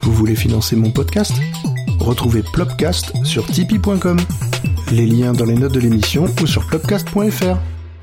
Vous voulez financer mon podcast ? Retrouvez Plopcast sur tipeee.com. Les liens dans les notes de l'émission ou sur plopcast.fr.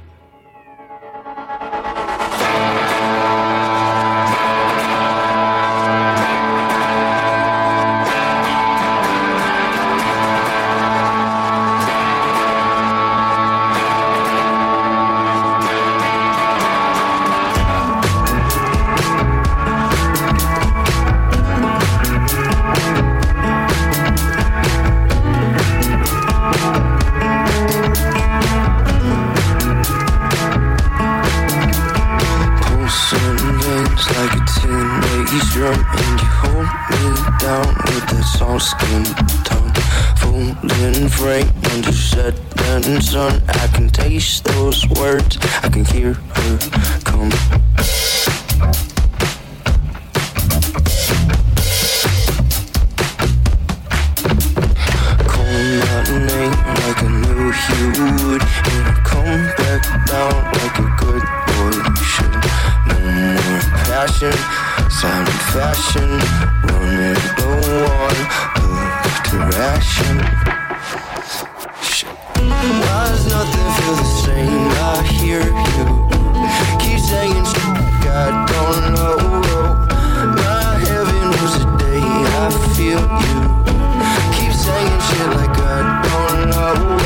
Son, I can taste those words, I can hear her come. Call my name like I knew you would, and I come back down like a good boy should. No more passion, silent fashion, running low on the ration. Why does nothing feel the same? I hear you keep saying shit I don't know. My heaven was the day I feel you keep saying shit like I don't know.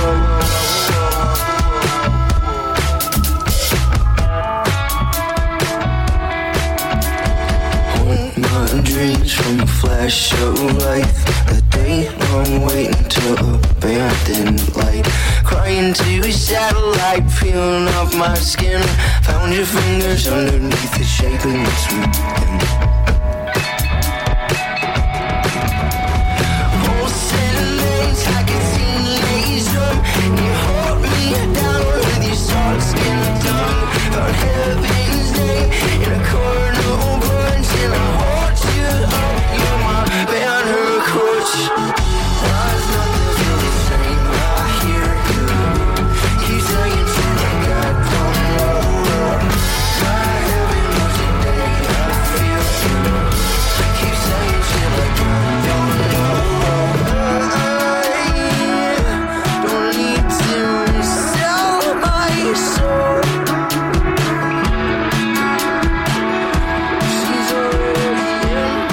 Hold my dreams from a flash of light, a day long waiting to abandon light. Crying to a satellite, peeling off my skin. Found your fingers underneath the shaping of sweet. Pulsing veins, I can see laser. You hold me down with your soft skin tongue. Found heaven's name in a corner bunch, and I hold you up. You're my banner crutch. Why does nothing feel the same? I hear you keep saying shit like I don't know. My heaven was the day I feel you keep saying shit like I don't know. I don't need to sell my soul. She's already in.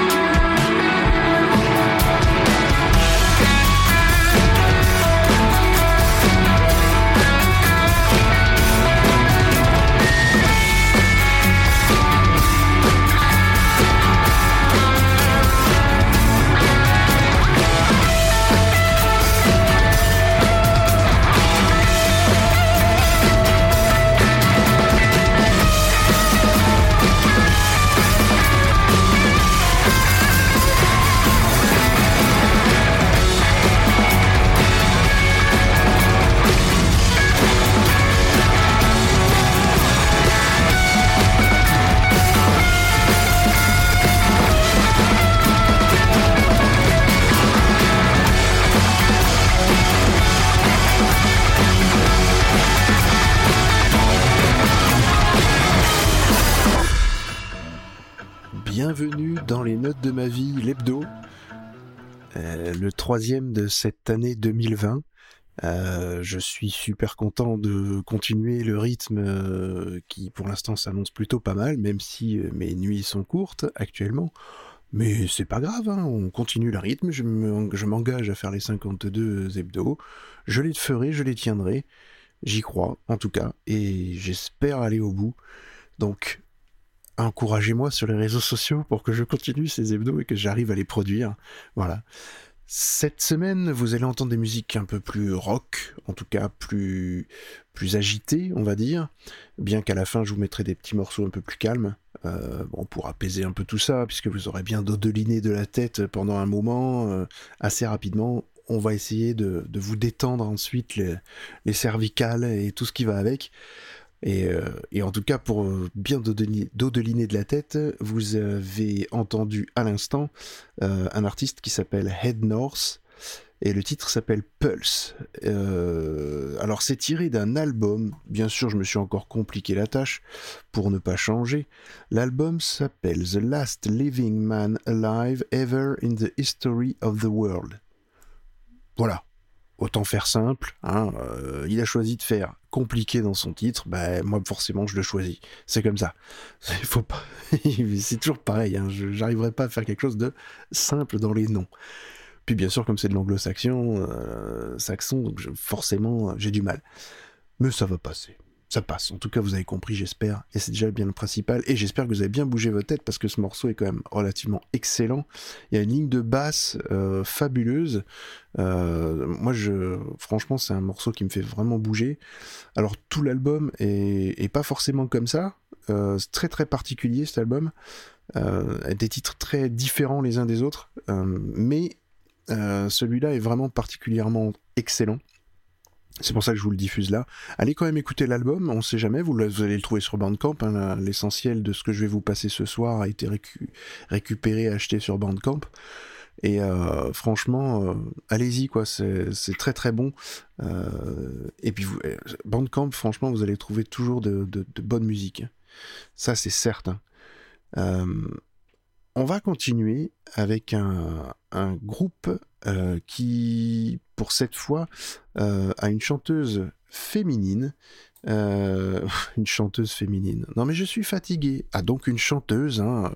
Bienvenue dans les notes de ma vie, l'hebdo, le troisième de cette année 2020. Je suis super content de continuer le rythme qui pour l'instant s'annonce plutôt pas mal, même si mes nuits sont courtes actuellement. Mais c'est pas grave, hein, on continue le rythme, je m'engage à faire les 52 hebdos, je les ferai, je les tiendrai, j'y crois en tout cas, et j'espère aller au bout. Donc encouragez-moi sur les réseaux sociaux pour que je continue ces hebdos et que j'arrive à les produire. Voilà. Cette semaine, vous allez entendre des musiques un peu plus rock, en tout cas plus agitées, on va dire. Bien qu'à la fin, je vous mettrai des petits morceaux un peu plus calmes, pour apaiser un peu tout ça, puisque vous aurez bien dodeliné de la tête pendant un moment, assez rapidement. On va essayer de vous détendre ensuite les cervicales et tout ce qui va avec. Et en tout cas, pour bien dodeliner de la tête, vous avez entendu à l'instant un artiste qui s'appelle Head North, et le titre s'appelle Pulse. Alors c'est tiré d'un album, bien sûr je me suis encore compliqué la tâche pour ne pas changer. L'album s'appelle The Last Living Man Alive Ever in the History of the World. Voilà. Autant faire simple, hein, il a choisi de faire compliqué dans son titre, moi forcément je le choisis, c'est comme ça. Il faut pas... c'est toujours pareil, hein, j'arriverai pas à faire quelque chose de simple dans les noms. Puis bien sûr comme c'est de l'anglo-saxon, donc forcément j'ai du mal. Mais ça va passer. Ça passe. En tout cas, vous avez compris, j'espère. Et c'est déjà bien le principal. Et j'espère que vous avez bien bougé votre tête parce que ce morceau est quand même relativement excellent. Il y a une ligne de basse fabuleuse. Franchement, c'est un morceau qui me fait vraiment bouger. Alors, tout l'album est pas forcément comme ça. C'est très très particulier cet album. Des titres très différents les uns des autres. Mais celui-là est vraiment particulièrement excellent. C'est pour ça que je vous le diffuse là. Allez quand même écouter l'album, on sait jamais, vous allez le trouver sur Bandcamp. Hein, l'essentiel de ce que je vais vous passer ce soir a été récupéré, acheté sur Bandcamp. Et franchement, allez-y, quoi, c'est très très bon. Et puis Bandcamp, franchement, vous allez trouver toujours de bonne musique. Ça, c'est certain. On va continuer avec un groupe qui, pour cette fois, a une chanteuse féminine. Une chanteuse féminine. Non mais je suis fatigué. Ah donc une chanteuse, hein.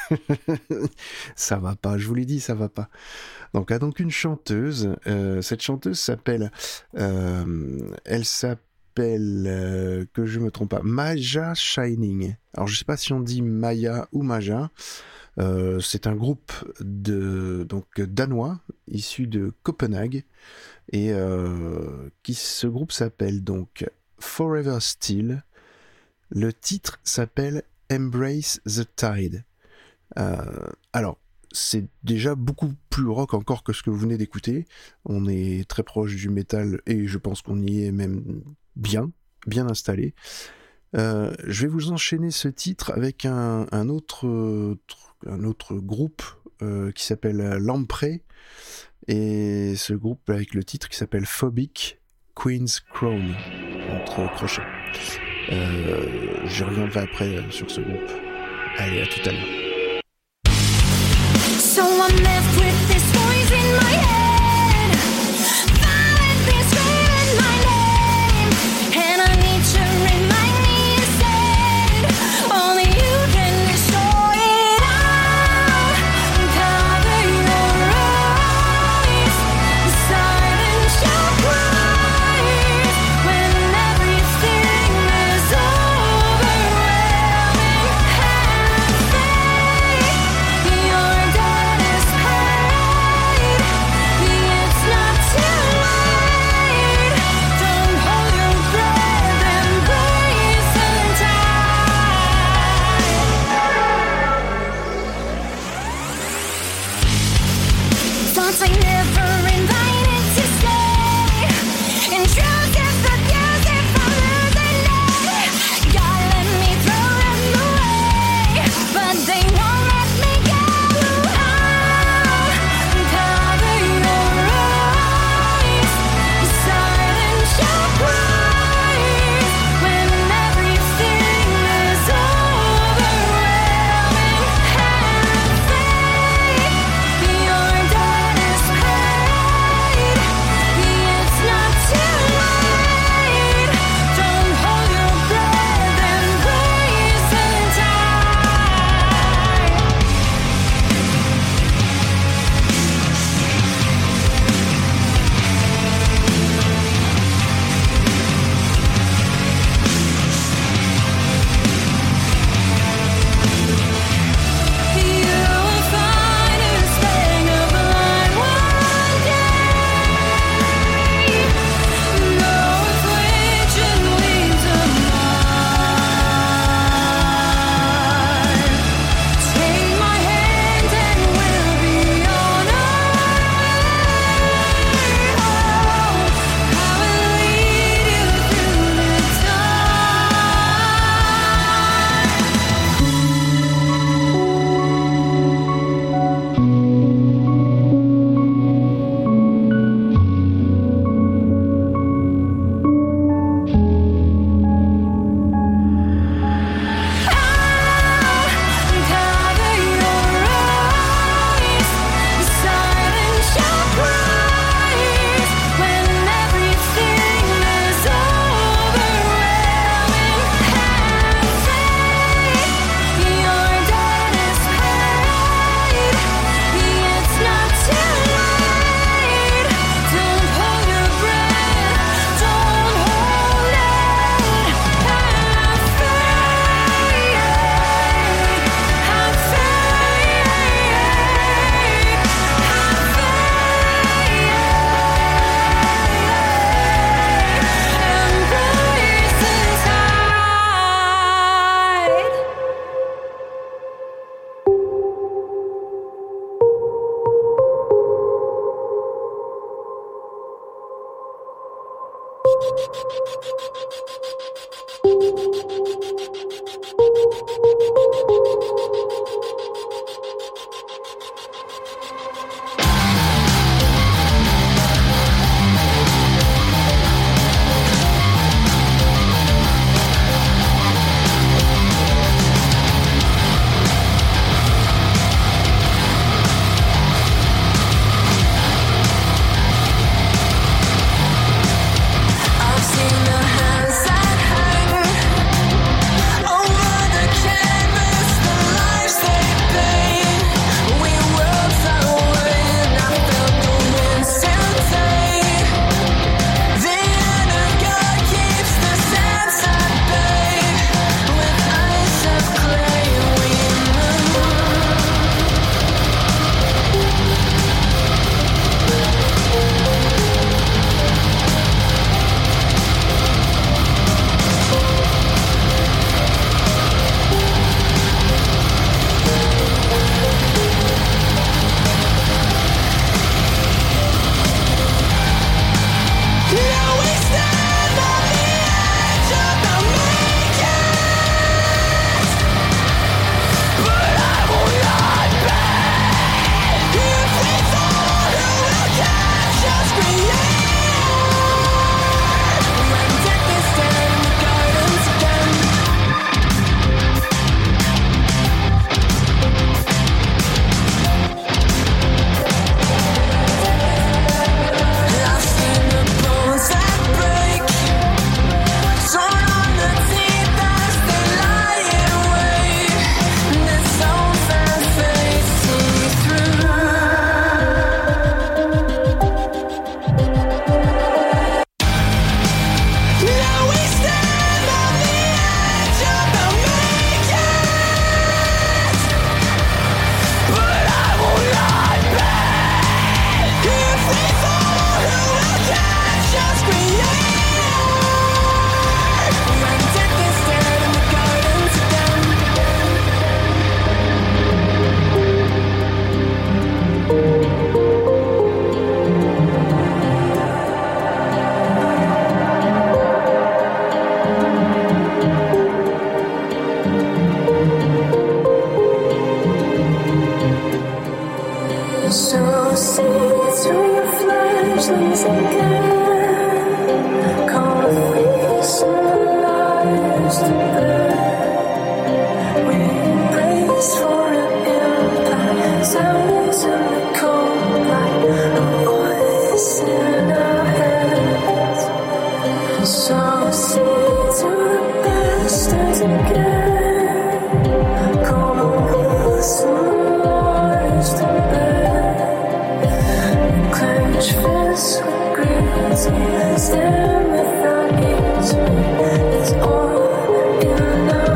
Ça va pas, je vous l'ai dit, ça va pas. Donc une chanteuse. Cette chanteuse s'appelle... elle s'appelle... que je me trompe pas. Maja Shining. Alors je sais pas si on dit Maya ou Maja. C'est un groupe danois issu de Copenhague et ce groupe s'appelle donc Forever Still. Le titre s'appelle Embrace the Tide. Alors c'est déjà beaucoup plus rock encore que ce que vous venez d'écouter. On est très proche du métal et je pense qu'on y est même bien installé. Je vais vous enchaîner ce titre avec un autre groupe qui s'appelle Lamprey, et ce groupe avec le titre qui s'appelle Phobic Queen's Crown, entre crochets. Je reviendrai après sur ce groupe. Allez, à tout à l'heure. So I'm left with this voice in my head, violently screaming my name, and I need to remind me instead, only you can destroy it all. Cover your eyes, silence your cries, when everything is overwhelming. Have faith, your God is paid. It's not too late. Don't hold your breath, embrace the tide. Thoughts I never invited to stay. Intrusive, abusive, I'm losing it. God, let me throw them away, but they won't let me go. Cover your eyes, silence your cries, when everything is overwhelming. Have faith, your God is paid. So see through your fledglings again. Call a face and the lies to bear. We embrace for an impact. Sounds in the cold light. A voice in our heads. So see through the bastards again. Call a face and the lies to bear. Clench fists with greasy, stand without easy. It's all in our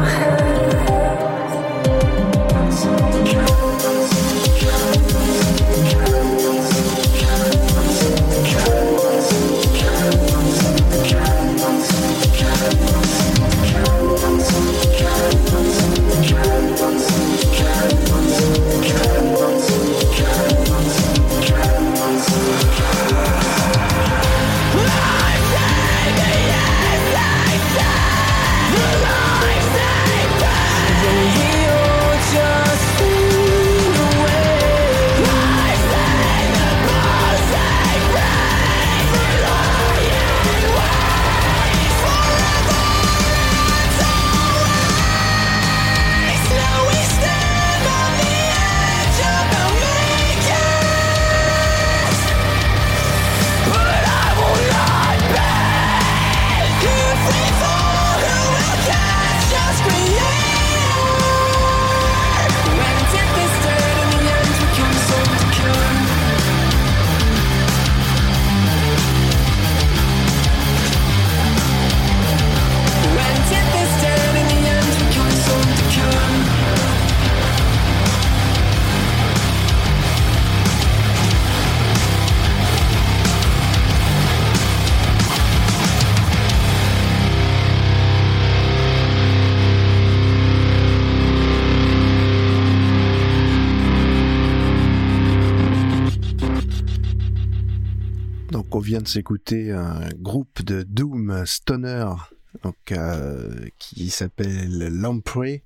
Donc on vient de s'écouter un groupe de Doom Stoner donc, qui s'appelle Lamprey.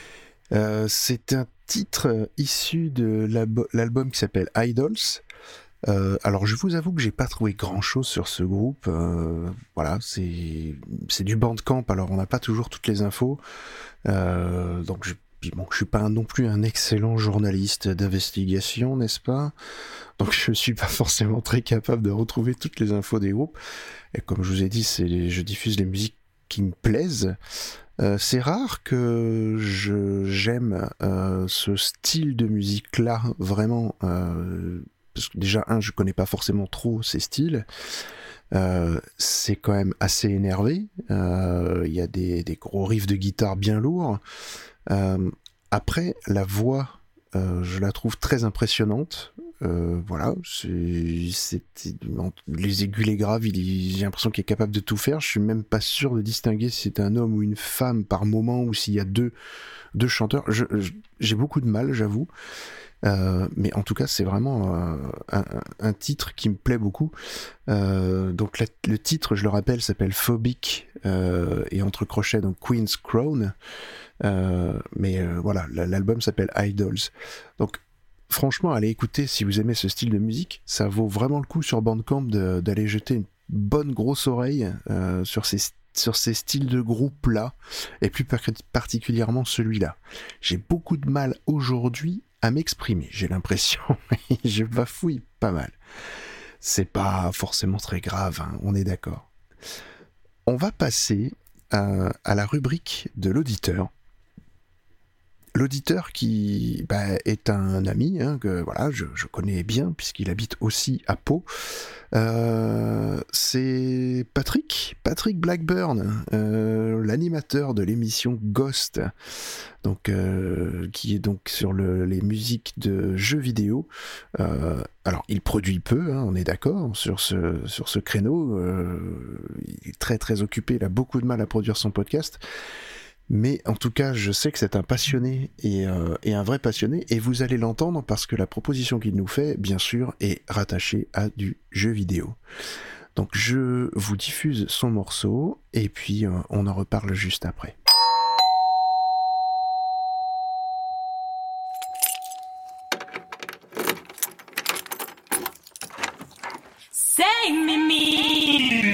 C'est un titre issu de l'album qui s'appelle Idols. Alors je vous avoue que j'ai pas trouvé grand chose sur ce groupe. Voilà, c'est du Bandcamp, alors on n'a pas toujours toutes les infos. Donc je suis pas non plus un excellent journaliste d'investigation, n'est-ce pas? Donc je suis pas forcément très capable de retrouver toutes les infos des groupes. Et comme je vous ai dit, je diffuse les musiques qui me plaisent. C'est rare que j'aime ce style de musique-là, vraiment. Parce que déjà, je connais pas forcément trop ces styles. C'est quand même assez énervé. Il y a des gros riffs de guitare bien lourds. Après, la voix, je la trouve très impressionnante. Voilà, les aigus, les graves, j'ai l'impression qu'il est capable de tout faire. Je suis même pas sûr de distinguer si c'est un homme ou une femme par moment, ou s'il y a deux chanteurs. J'ai beaucoup de mal, j'avoue. Mais en tout cas, c'est vraiment un titre qui me plaît beaucoup. Donc le titre, je le rappelle, s'appelle Phobic, et entre crochets, donc Queen's Crown. Mais voilà, l'album s'appelle Idols. Donc franchement, allez écouter si vous aimez ce style de musique. Ça vaut vraiment le coup sur Bandcamp d'aller jeter une bonne grosse oreille sur ces styles de groupe-là, et plus particulièrement celui-là. J'ai beaucoup de mal aujourd'hui à m'exprimer, j'ai l'impression. Je bafouille pas mal. C'est pas forcément très grave, hein, on est d'accord. On va passer à la rubrique de l'auditeur. L'auditeur qui est un ami que voilà, je connais bien puisqu'il habite aussi à Pau. C'est Patrick Blackburn, l'animateur de l'émission Ghost, donc qui est donc sur les musiques de jeux vidéo. Alors il produit peu, on est d'accord sur ce créneau. Il est très très occupé, il a beaucoup de mal à produire son podcast. Mais en tout cas, je sais que c'est un passionné et un vrai passionné, et vous allez l'entendre parce que la proposition qu'il nous fait, bien sûr, est rattachée à du jeu vidéo. Donc je vous diffuse son morceau, et puis on en reparle juste après. Save me.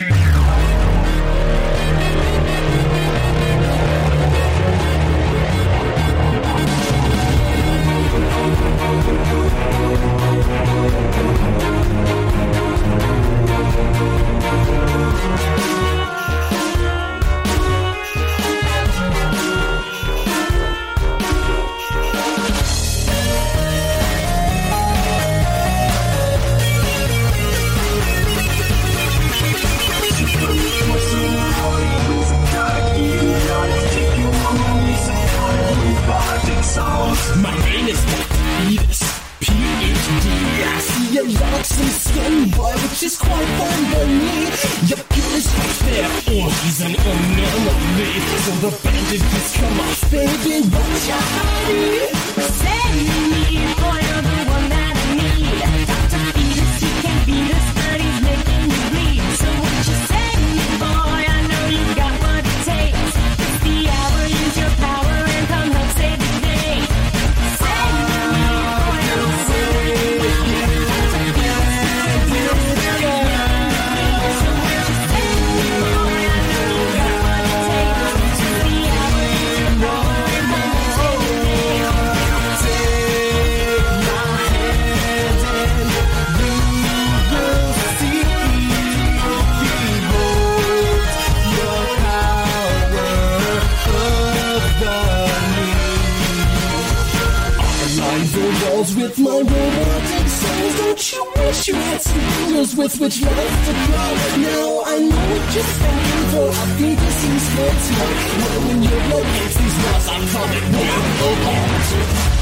My name is Diabetes, PhD. I see a lot some skin boy, which is quite fun by me. Your girl is right there, or he's an anomaly. So the bandages come off, baby, watch your body. Save me, boy, you're the one that I need. Dr. Fetus, he can't beat us, but he's making me bleed. So won't you save me, boy? I know you got what it takes. It's the hour, use your power and come help save the day. Save me, boy, you're the one that I need. Dr. Fetus, he can't beat us, but he's making me bleed. So won't you save me, boy? I know you got what it takes. It's the hour, use your power and come help save the day. With my robotic souls, don't you wish you had some fingers with which life to grow? Now I know what you're thinking, for I think this is good too. Well, when your blood hits these walls, I'm coming with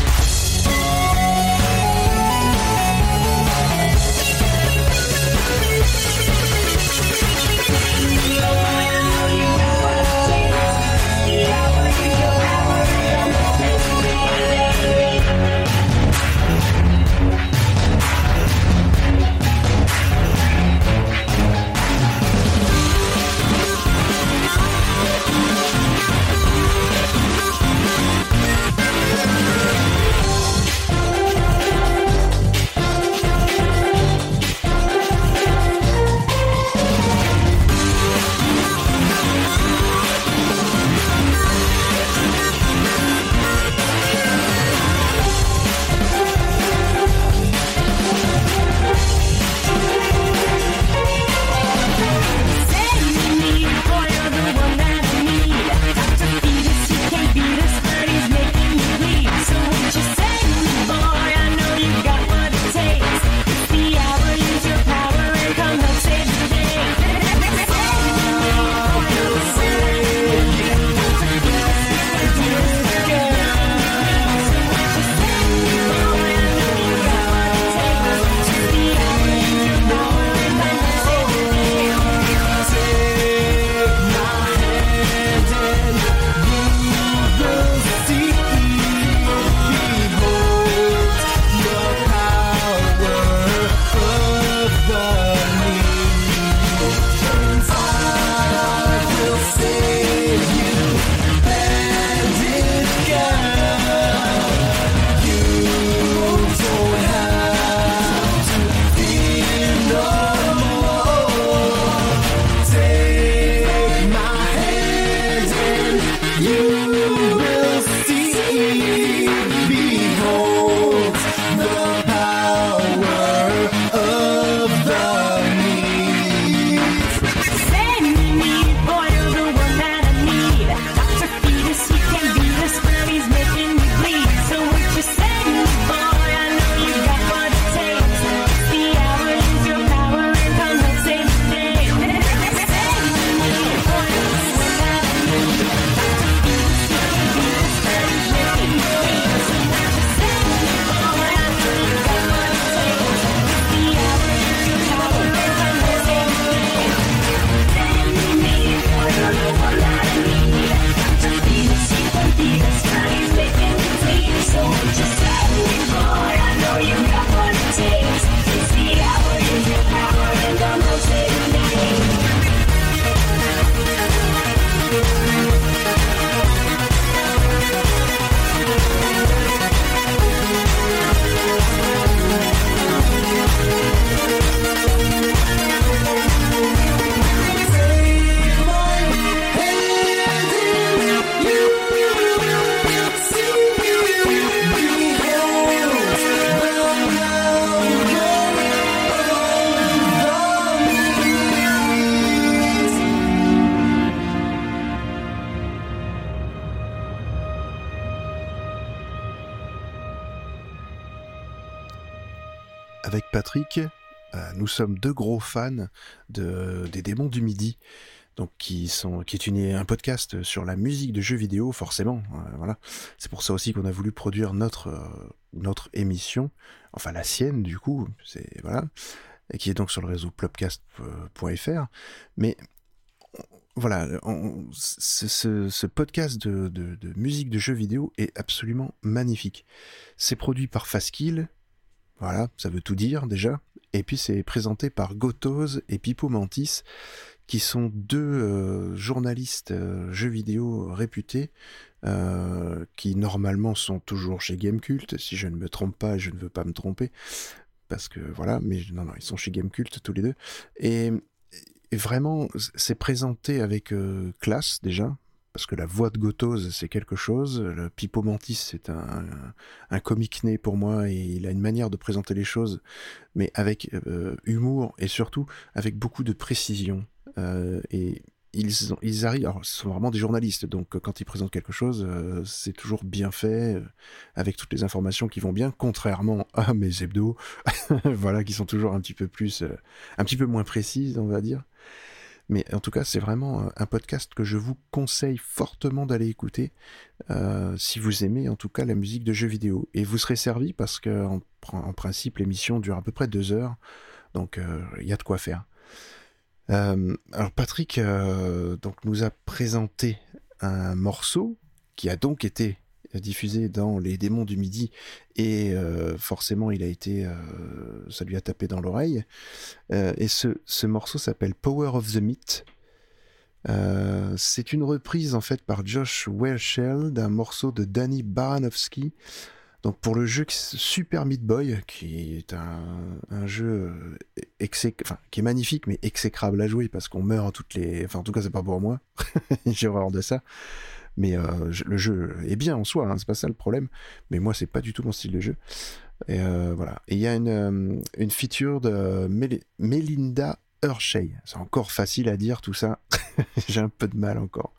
avec Patrick, nous sommes deux gros fans des Démons du Midi, donc qui est un podcast sur la musique de jeux vidéo, forcément. Voilà, c'est pour ça aussi qu'on a voulu produire notre émission, enfin la sienne du coup, voilà, et qui est donc sur le réseau plopcast.fr. Mais voilà, ce podcast de musique de jeux vidéo est absolument magnifique. C'est produit par Fastkill, voilà, ça veut tout dire déjà. Et puis c'est présenté par Gotoz et Pipo Mantis, qui sont deux journalistes jeux vidéo réputés, qui normalement sont toujours chez Gamecult, si je ne me trompe pas, et je ne veux pas me tromper, parce que voilà, mais non, ils sont chez Gamecult tous les deux. Et vraiment, c'est présenté avec classe déjà, parce que la voix de Gotoz, c'est quelque chose. Le Pipo Mantis, c'est un comique né pour moi, et il a une manière de présenter les choses, mais avec humour, et surtout avec beaucoup de précision. Et ils arrivent, alors ce sont vraiment des journalistes, donc quand ils présentent quelque chose, c'est toujours bien fait, avec toutes les informations qui vont bien, contrairement à mes hebdos, voilà, qui sont toujours un petit peu moins précises, on va dire. Mais en tout cas, c'est vraiment un podcast que je vous conseille fortement d'aller écouter, si vous aimez en tout cas la musique de jeux vidéo. Et vous serez servi parce que en principe, l'émission dure à peu près 2 heures, donc il y a de quoi faire. Alors Patrick donc nous a présenté un morceau qui a donc été diffusé dans Les Démons du Midi, et forcément ça lui a tapé dans l'oreille, et ce morceau s'appelle Power of the Meat. C'est une reprise en fait par Josh Whelchel d'un morceau de Danny Baranowski, donc pour le jeu Super Meat Boy, qui est un jeu qui est magnifique mais exécrable à jouer parce qu'on meurt en tout cas c'est pas pour moi, j'ai horreur de ça. Mais le jeu est bien en soi, hein, c'est pas ça le problème, mais moi c'est pas du tout mon style de jeu. Et voilà. Et il y a une feature de Melinda Hershey. C'est encore facile à dire tout ça, j'ai un peu de mal encore.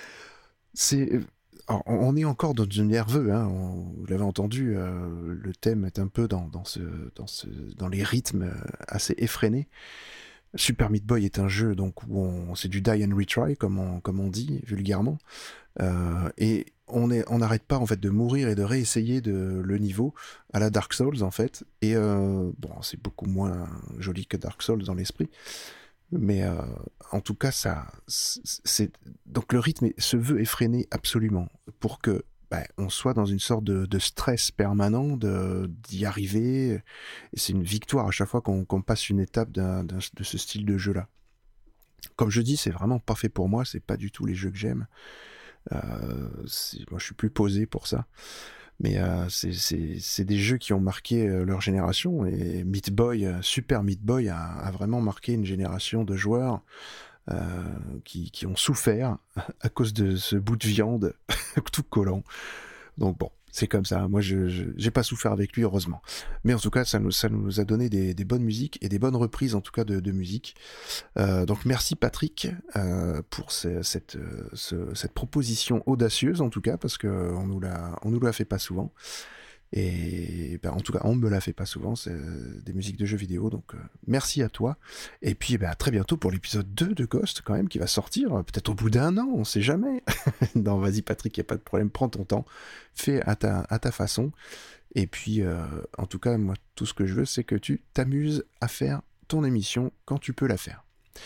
Alors, on est encore dans du nerveux, hein, vous l'avez entendu, le thème est un peu dans les rythmes assez effrénés. Super Meat Boy est un jeu donc où c'est du die and retry comme on dit vulgairement, et on n'arrête pas en fait de mourir et de réessayer le niveau à la Dark Souls en fait, et c'est beaucoup moins joli que Dark Souls dans l'esprit, mais en tout cas donc le rythme se veut effréné absolument pour que on soit dans une sorte de stress permanent d'y arriver, et c'est une victoire à chaque fois qu'on passe une étape de ce style de jeu là. Comme je dis, c'est vraiment pas fait pour moi, c'est pas du tout les jeux que j'aime. Moi je suis plus posé pour ça, mais c'est des jeux qui ont marqué leur génération, et Super Meat Boy a vraiment marqué une génération de joueurs qui ont souffert à cause de ce bout de viande tout collant. Donc bon, c'est comme ça. Moi, j'ai pas souffert avec lui, heureusement. Mais en tout cas, ça nous a donné des bonnes musiques et des bonnes reprises, en tout cas, de musique. Donc merci Patrick pour cette proposition audacieuse, en tout cas, parce que on nous l'a fait pas souvent. Et en tout cas, on me la fait pas souvent, c'est des musiques de jeux vidéo, donc merci à toi. Et puis à très bientôt pour l'épisode 2 de Ghost, quand même, qui va sortir, peut-être au bout d'1 an, on sait jamais. Non, vas-y Patrick, y a pas de problème, prends ton temps, fais à ta façon. Et puis, en tout cas, moi, tout ce que je veux, c'est que tu t'amuses à faire ton émission quand tu peux la faire.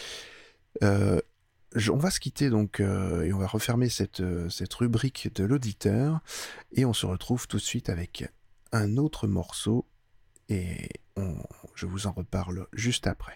On va se quitter donc, et on va refermer cette rubrique de l'auditeur, et on se retrouve tout de suite avec un autre morceau, et je vous en reparle juste après.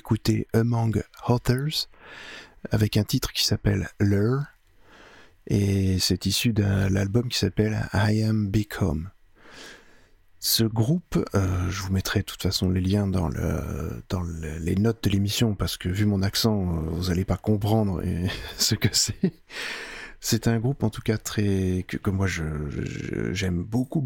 écouter Among Others avec un titre qui s'appelle Lure et c'est issu de l'album qui s'appelle I Am Become. Ce groupe, je vous mettrai de toute façon les liens dans les notes de l'émission parce que vu mon accent, vous n'allez pas comprendre ce que c'est. C'est un groupe en tout cas que moi j'aime beaucoup.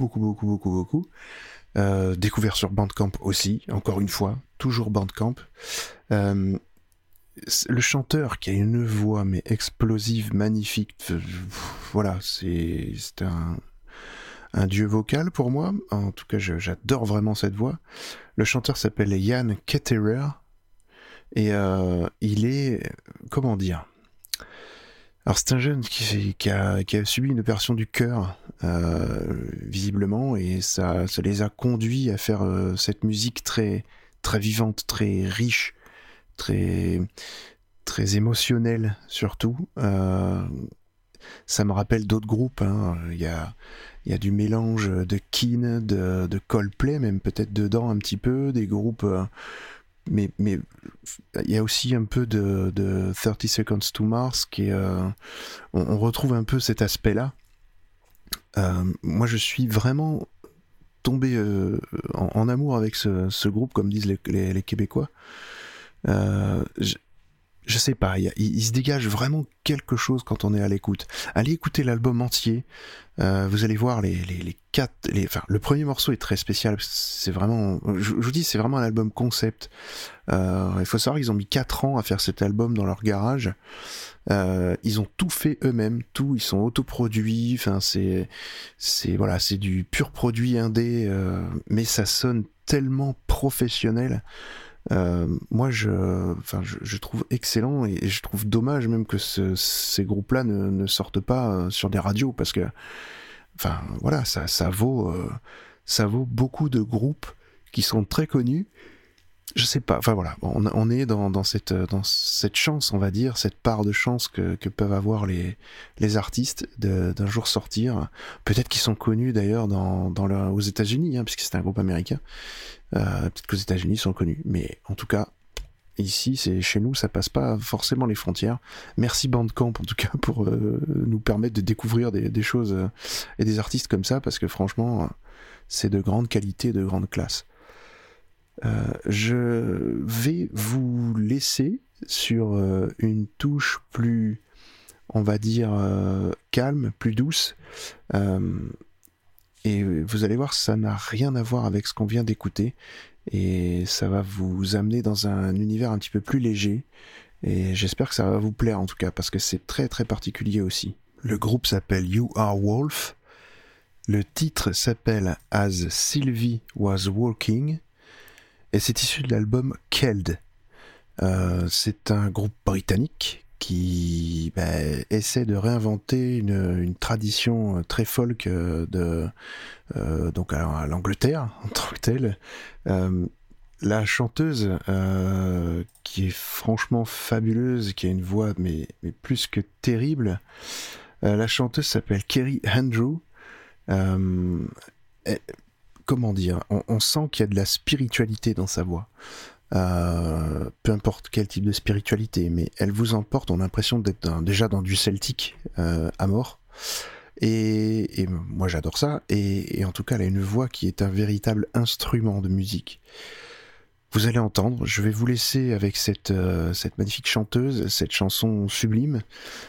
Découvert sur Bandcamp aussi, encore une fois, toujours Bandcamp. Le chanteur qui a une voix mais explosive, magnifique, voilà, c'est un dieu vocal pour moi. En tout cas, j'adore vraiment cette voix. Le chanteur s'appelle Jan Ketterer et il est, comment dire, alors c'est un jeune qui a subi une opération du cœur visiblement et ça les a conduits à faire cette musique très très vivante, très riche, très très émotionnelle surtout. Ça me rappelle d'autres groupes, hein. Il y a du mélange de Keane, de Coldplay même peut-être dedans un petit peu, des groupes mais il y a aussi un peu de 30 Seconds to Mars qui est, on retrouve un peu cet aspect-là. Moi je suis vraiment tombé en amour avec ce groupe comme disent les Québécois. Je sais pas, il se dégage vraiment quelque chose quand on est à l'écoute. Allez écouter l'album entier, vous allez voir le premier morceau est très spécial, c'est vraiment, je vous dis, c'est vraiment un album concept. Il faut savoir qu'ils ont mis 4 ans à faire cet album dans leur garage. Ils ont tout fait eux-mêmes, ils sont autoproduits, enfin c'est du pur produit indé, mais ça sonne tellement professionnel. Moi je trouve excellent et je trouve dommage même que ces groupes-là ne sortent pas sur des radios parce que enfin voilà ça vaut beaucoup de groupes qui sont très connus. Je sais pas, enfin voilà, on est dans cette chance, on va dire, cette part de chance que peuvent avoir les artistes d'un jour sortir. Peut-être qu'ils sont connus d'ailleurs aux États-Unis, hein, puisque c'est un groupe américain. Peut-être qu'aux États-Unis ils sont connus, mais en tout cas ici, chez nous, ça passe pas forcément les frontières. Merci Bandcamp en tout cas pour nous permettre de découvrir des choses et des artistes comme ça, parce que franchement, c'est de grande qualité, de grande classe. Je vais vous laisser sur une touche plus, on va dire, calme, plus douce. Et vous allez voir, ça n'a rien à voir avec ce qu'on vient d'écouter. Et ça va vous amener dans un univers un petit peu plus léger. Et j'espère que ça va vous plaire en tout cas, parce que c'est très très particulier aussi. Le groupe s'appelle You Are Wolf. Le titre s'appelle As Sylvie Was Walking. Et c'est issu de l'album Keld. C'est un groupe britannique qui essaie de réinventer une tradition très folk donc à l'Angleterre en tant que telle. La chanteuse qui est franchement fabuleuse, qui a une voix mais plus que terrible. La chanteuse s'appelle Kerry Andrew. Comment dire, on sent qu'il y a de la spiritualité dans sa voix. Peu importe quel type de spiritualité, mais elle vous emporte, on a l'impression d'être déjà dans du celtique à mort. Et moi j'adore ça, et en tout cas elle a une voix qui est un véritable instrument de musique. Vous allez entendre, je vais vous laisser avec cette magnifique chanteuse, cette chanson sublime,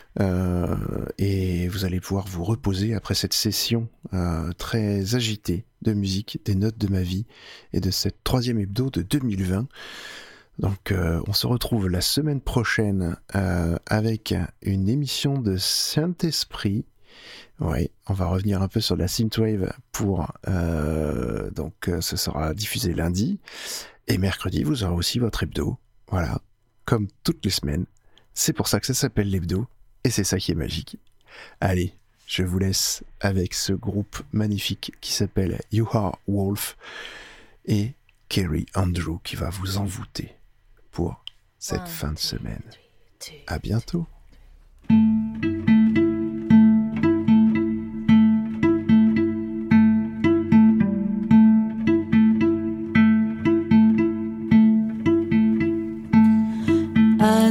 et vous allez pouvoir vous reposer après cette session très agitée de musique, des notes de ma vie, et de cette 3e hebdo de 2020. Donc on se retrouve la semaine prochaine avec une émission de Saint-Esprit. Ouais, on va revenir un peu sur la synthwave donc ce sera diffusé lundi. Et mercredi, vous aurez aussi votre hebdo. Voilà, comme toutes les semaines. C'est pour ça que ça s'appelle l'hebdo, et c'est ça qui est magique. Allez, je vous laisse avec ce groupe magnifique qui s'appelle You Are Wolf, et Kerry Andrew qui va vous envoûter pour cette fin de semaine. À bientôt.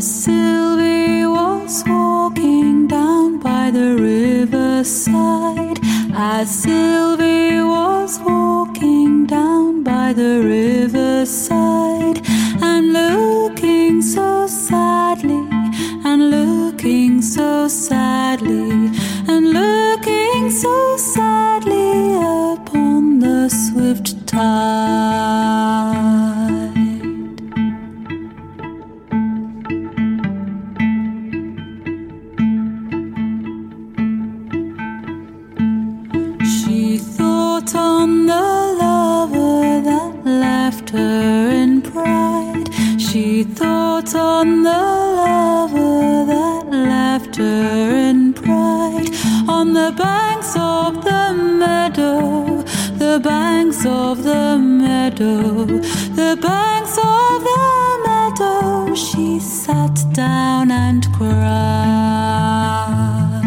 Sylvie was walking down by the riverside. As Sylvie was walking down by the riverside, and looking so sadly, and looking so sadly, and looking so sadly upon the swift tide. She thought on the lover that left her in pride. She thought on the lover that left her in pride. On the banks of the meadow, the banks of the meadow, the banks of the meadow, she sat down and cried.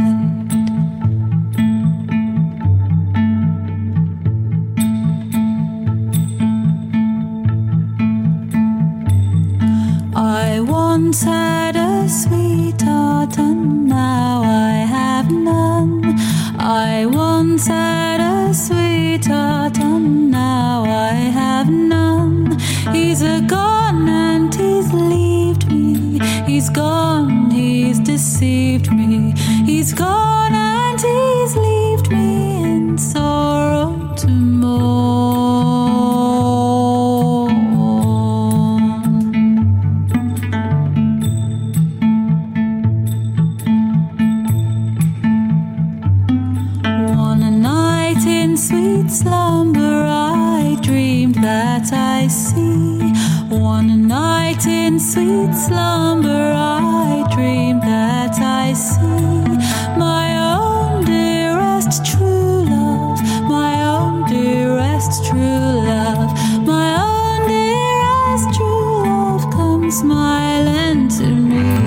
I once had a sweetheart and now I have none. I once had a sweetheart and now I have none. He's a gone and he's left me. He's gone, he's deceived me. He's gone and he's left me in sorrow to mourn. One night in sweet slumber I dreamed that I see. One night in sweet slumber I dreamed that I see my own dearest true love, my own dearest true love, my own dearest true love come smiling to me.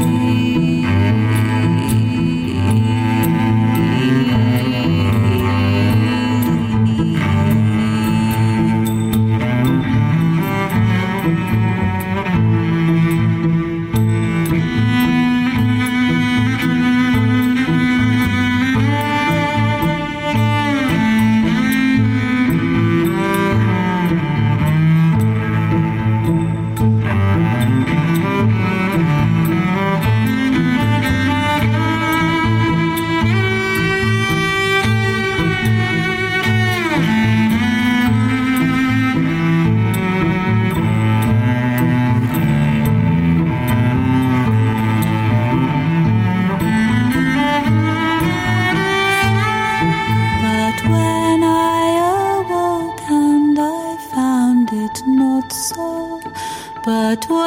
But when I awoke and I found it not so, but when